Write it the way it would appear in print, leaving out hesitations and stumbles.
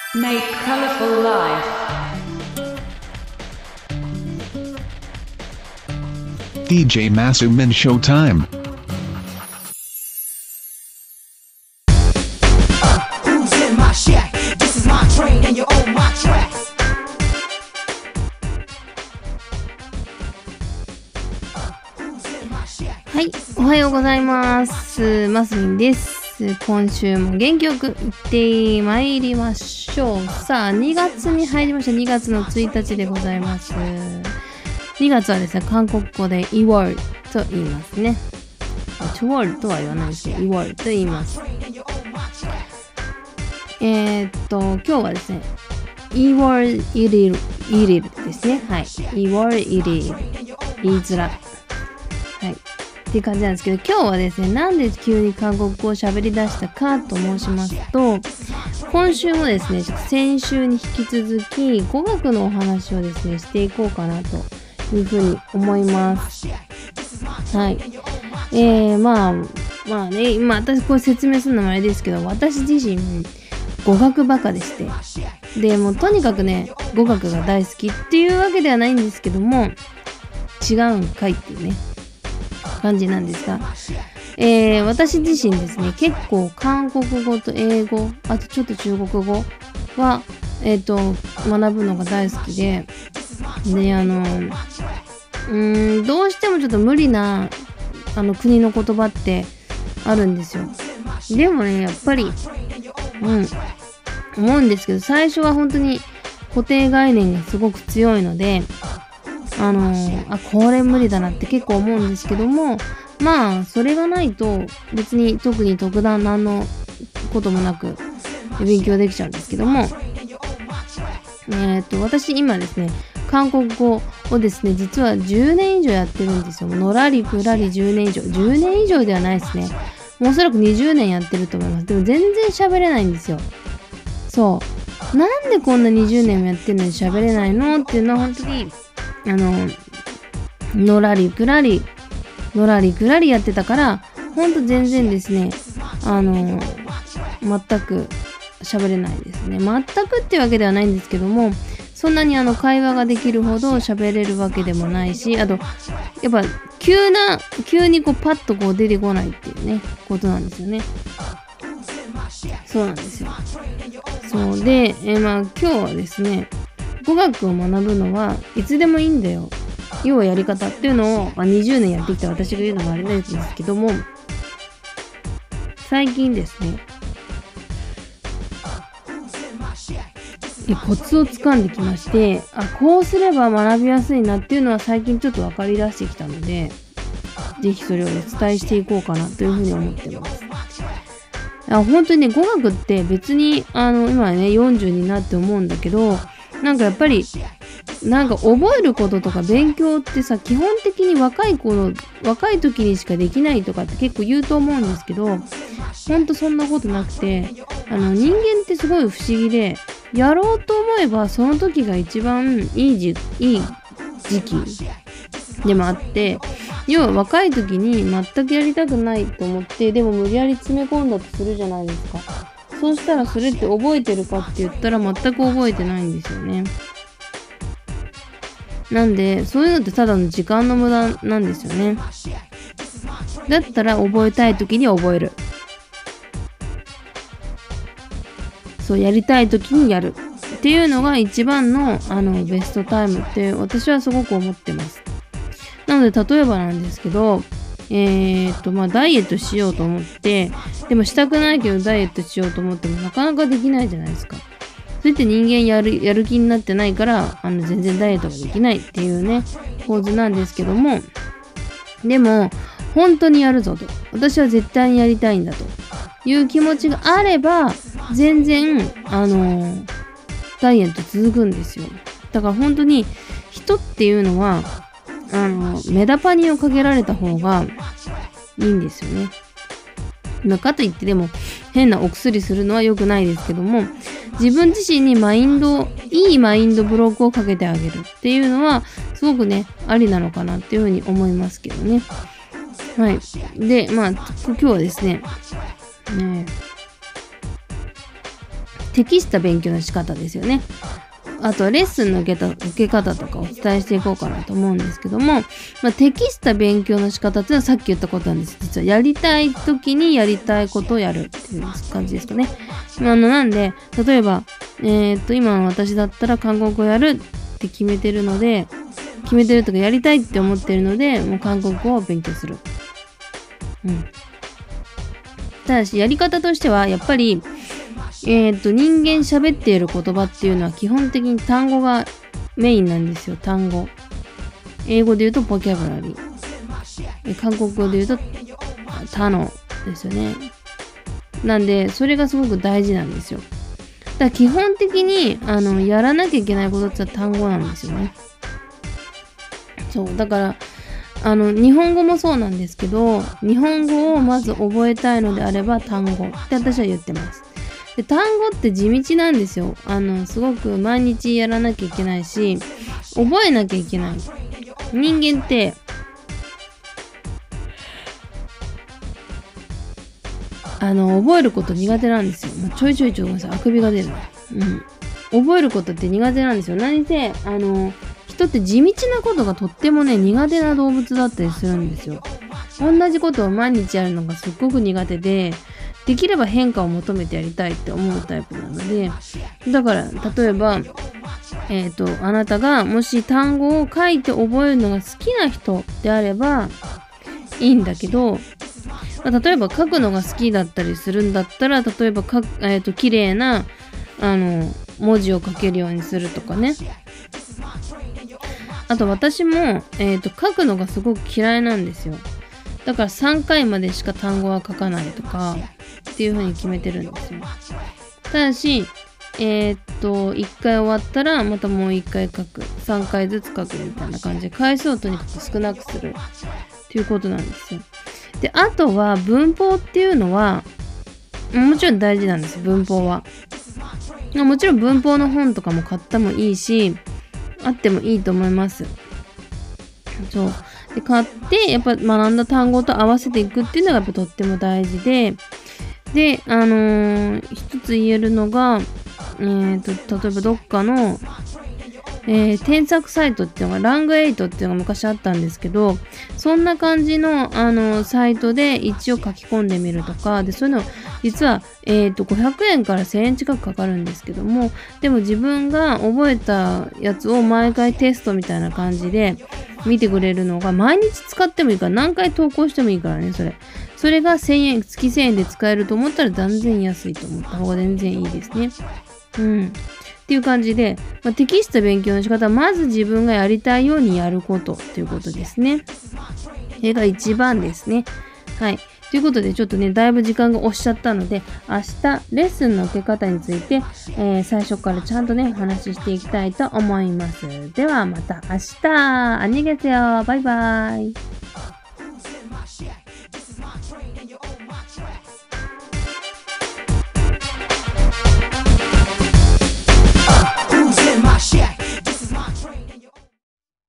Make colorful life. DJ Masumin Showtime. Who's in my shack? This is my train and you own my tracks. Who's in my shack? はい、おはようございます。マスミンです。今週も元気よく行ってまいりましょう。さあ、2月に入りました。2月の1日でございます。2月はですね、韓国語でイワールと言いますね。チュワールとは言わないですけど、イワールと言います。今日はですね、イワールイリルですね。はい。イワールイリル。言いづらい。はい。っていう感じなんですけど、今日はですね、なんで急に韓国語を喋り出したかと申しますと、今週もですね、ちょっと先週に引き続き語学のお話をですね、していこうかなというふうに思います。はい。まあね、今私これ説明するのもあれですけど、私自身語学バカでして、で、もうとにかくね、語学が大好きっていうわけではないんですけども、違うんかいっていうね、感じなんですが、私自身ですね、結構韓国語と英語、あとちょっと中国語は、学ぶのが大好きで、どうしてもちょっと無理な国の言葉ってあるんですよ。でもね、やっぱり、思うんですけど、最初は本当に固定概念がすごく強いので、これ無理だなって結構思うんですけども、まあ、それがないと別に特に特段何のこともなく勉強できちゃうんですけども、私今ですね、韓国語をですね、実は10年以上やってるんですよ。のらりくらり10年以上。10年以上ではないですね。もうおそらく20年やってると思います。でも全然喋れないんですよ。そう。なんでこんな20年もやってるのに喋れないのっていうのは本当に、のらりくらりやってたから、ほんと全然ですね、全く喋れないですね。全くってわけではないんですけども、そんなに会話ができるほど喋れるわけでもないし、あと、やっぱ急にこうパッとこう出てこないっていうね、ことなんですよね。そうなんですよ。そうで、今日はですね、語学を学ぶのはいつでもいいんだよ。要はやり方っていうのを、20年やってきた私が言うのもあれなんですけども、最近ですね、コツをつかんできまして、こうすれば学びやすいなっていうのは最近ちょっと分かり出してきたので、ぜひそれをお伝えしていこうかなというふうに思ってます。本当にね、語学って別に、今ね、40になって思うんだけど、なんかやっぱり、覚えることとか勉強ってさ、基本的に若い時にしかできないとかって結構言うと思うんですけど、ほんとそんなことなくて、人間ってすごい不思議で、やろうと思えばその時が一番いい時期でもあって、要は若い時に全くやりたくないと思って、でも無理やり詰め込んだとするじゃないですか。そうしたらそれって覚えてるかって言ったら全く覚えてないんですよね。なんで、そういうのってただの時間の無駄なんですよね。だったら覚えたい時に覚える。そう、やりたい時にやる。っていうのが一番の、ベストタイムって私はすごく思ってます。なので、例えばなんですけど、ダイエットしようと思って、でもしたくないけどダイエットしようと思ってもなかなかできないじゃないですか。それって人間やる気になってないから、全然ダイエットができないっていうね、構図なんですけども、でも、本当にやるぞと。私は絶対にやりたいんだという気持ちがあれば、全然、ダイエット続くんですよ。だから本当に、人っていうのは、メダパニをかけられた方がいいんですよね。かといってでも変なお薬するのは良くないですけども、自分自身にいいマインドブロックをかけてあげるっていうのはすごくね、ありなのかなっていうふうに思いますけどね。はい。で、今日はですね、 適した勉強の仕方ですよね。あとはレッスンの受け方とかお伝えしていこうかなと思うんですけども、適した勉強の仕方っていうのはさっき言ったことなんです。実はやりたい時にやりたいことをやるっていう感じですかね。なんで、例えば、今の私だったら韓国語やるって決めてるとかやりたいって思ってるので、もう韓国語を勉強する。ただし、やり方としては、やっぱり、人間喋っている言葉っていうのは基本的に単語がメインなんですよ。単語。英語で言うとボキャブラリー。韓国語で言うと他のですよね。なんで、それがすごく大事なんですよ。だから基本的に、やらなきゃいけないことって単語なんですよね。そう。だから、日本語もそうなんですけど、日本語をまず覚えたいのであれば単語って私は言ってます。で、単語って地道なんですよ。すごく毎日やらなきゃいけないし、覚えなきゃいけない。人間って、覚えること苦手なんですよ。ちょいちょいごめんなさい。あくびが出るな。覚えることって苦手なんですよ。何せ、人って地道なことがとってもね、苦手な動物だったりするんですよ。同じことを毎日やるのがすっごく苦手で、できれば変化を求めてやりたいって思うタイプなので、だから、例えば、あなたがもし単語を書いて覚えるのが好きな人であればいいんだけど、例えば書くのが好きだったりするんだったら、例えば綺麗な、文字を書けるようにするとかね。あと私も、書くのがすごく嫌いなんですよ。だから3回までしか単語は書かないとかっていう風に決めてるんですよ。ただし、1回終わったらまたもう1回書く。3回ずつ書くみたいな感じで回数をとにかく少なくするっていうことなんですよ。で、あとは文法っていうのはもちろん大事なんです。文法は。もちろん文法の本とかも買ったもいいし、あってもいいと思います。そう。で、買って、やっぱ学んだ単語と合わせていくっていうのがやっぱとっても大事で、で、一つ言えるのが、例えばどっかの、添削サイトっていうのが、ラング8っていうのが昔あったんですけど、そんな感じの、サイトで一応書き込んでみるとか、で、そういうの、実は、500円から1000円近くかかるんですけども、でも自分が覚えたやつを毎回テストみたいな感じで見てくれるのが、毎日使ってもいいから、何回投稿してもいいからね、それ。それが1000円、月1000円で使えると思ったら断然安いと思った方が全然いいですね。っていう感じで、適した勉強の仕方はまず自分がやりたいようにやることっていうことですね。それが一番ですね。はい。ということでちょっとね、だいぶ時間が押しちゃったので、明日レッスンの受け方について、最初からちゃんとね、お話ししていきたいと思います。ではまた明日。アニゲセよ。バイバイ。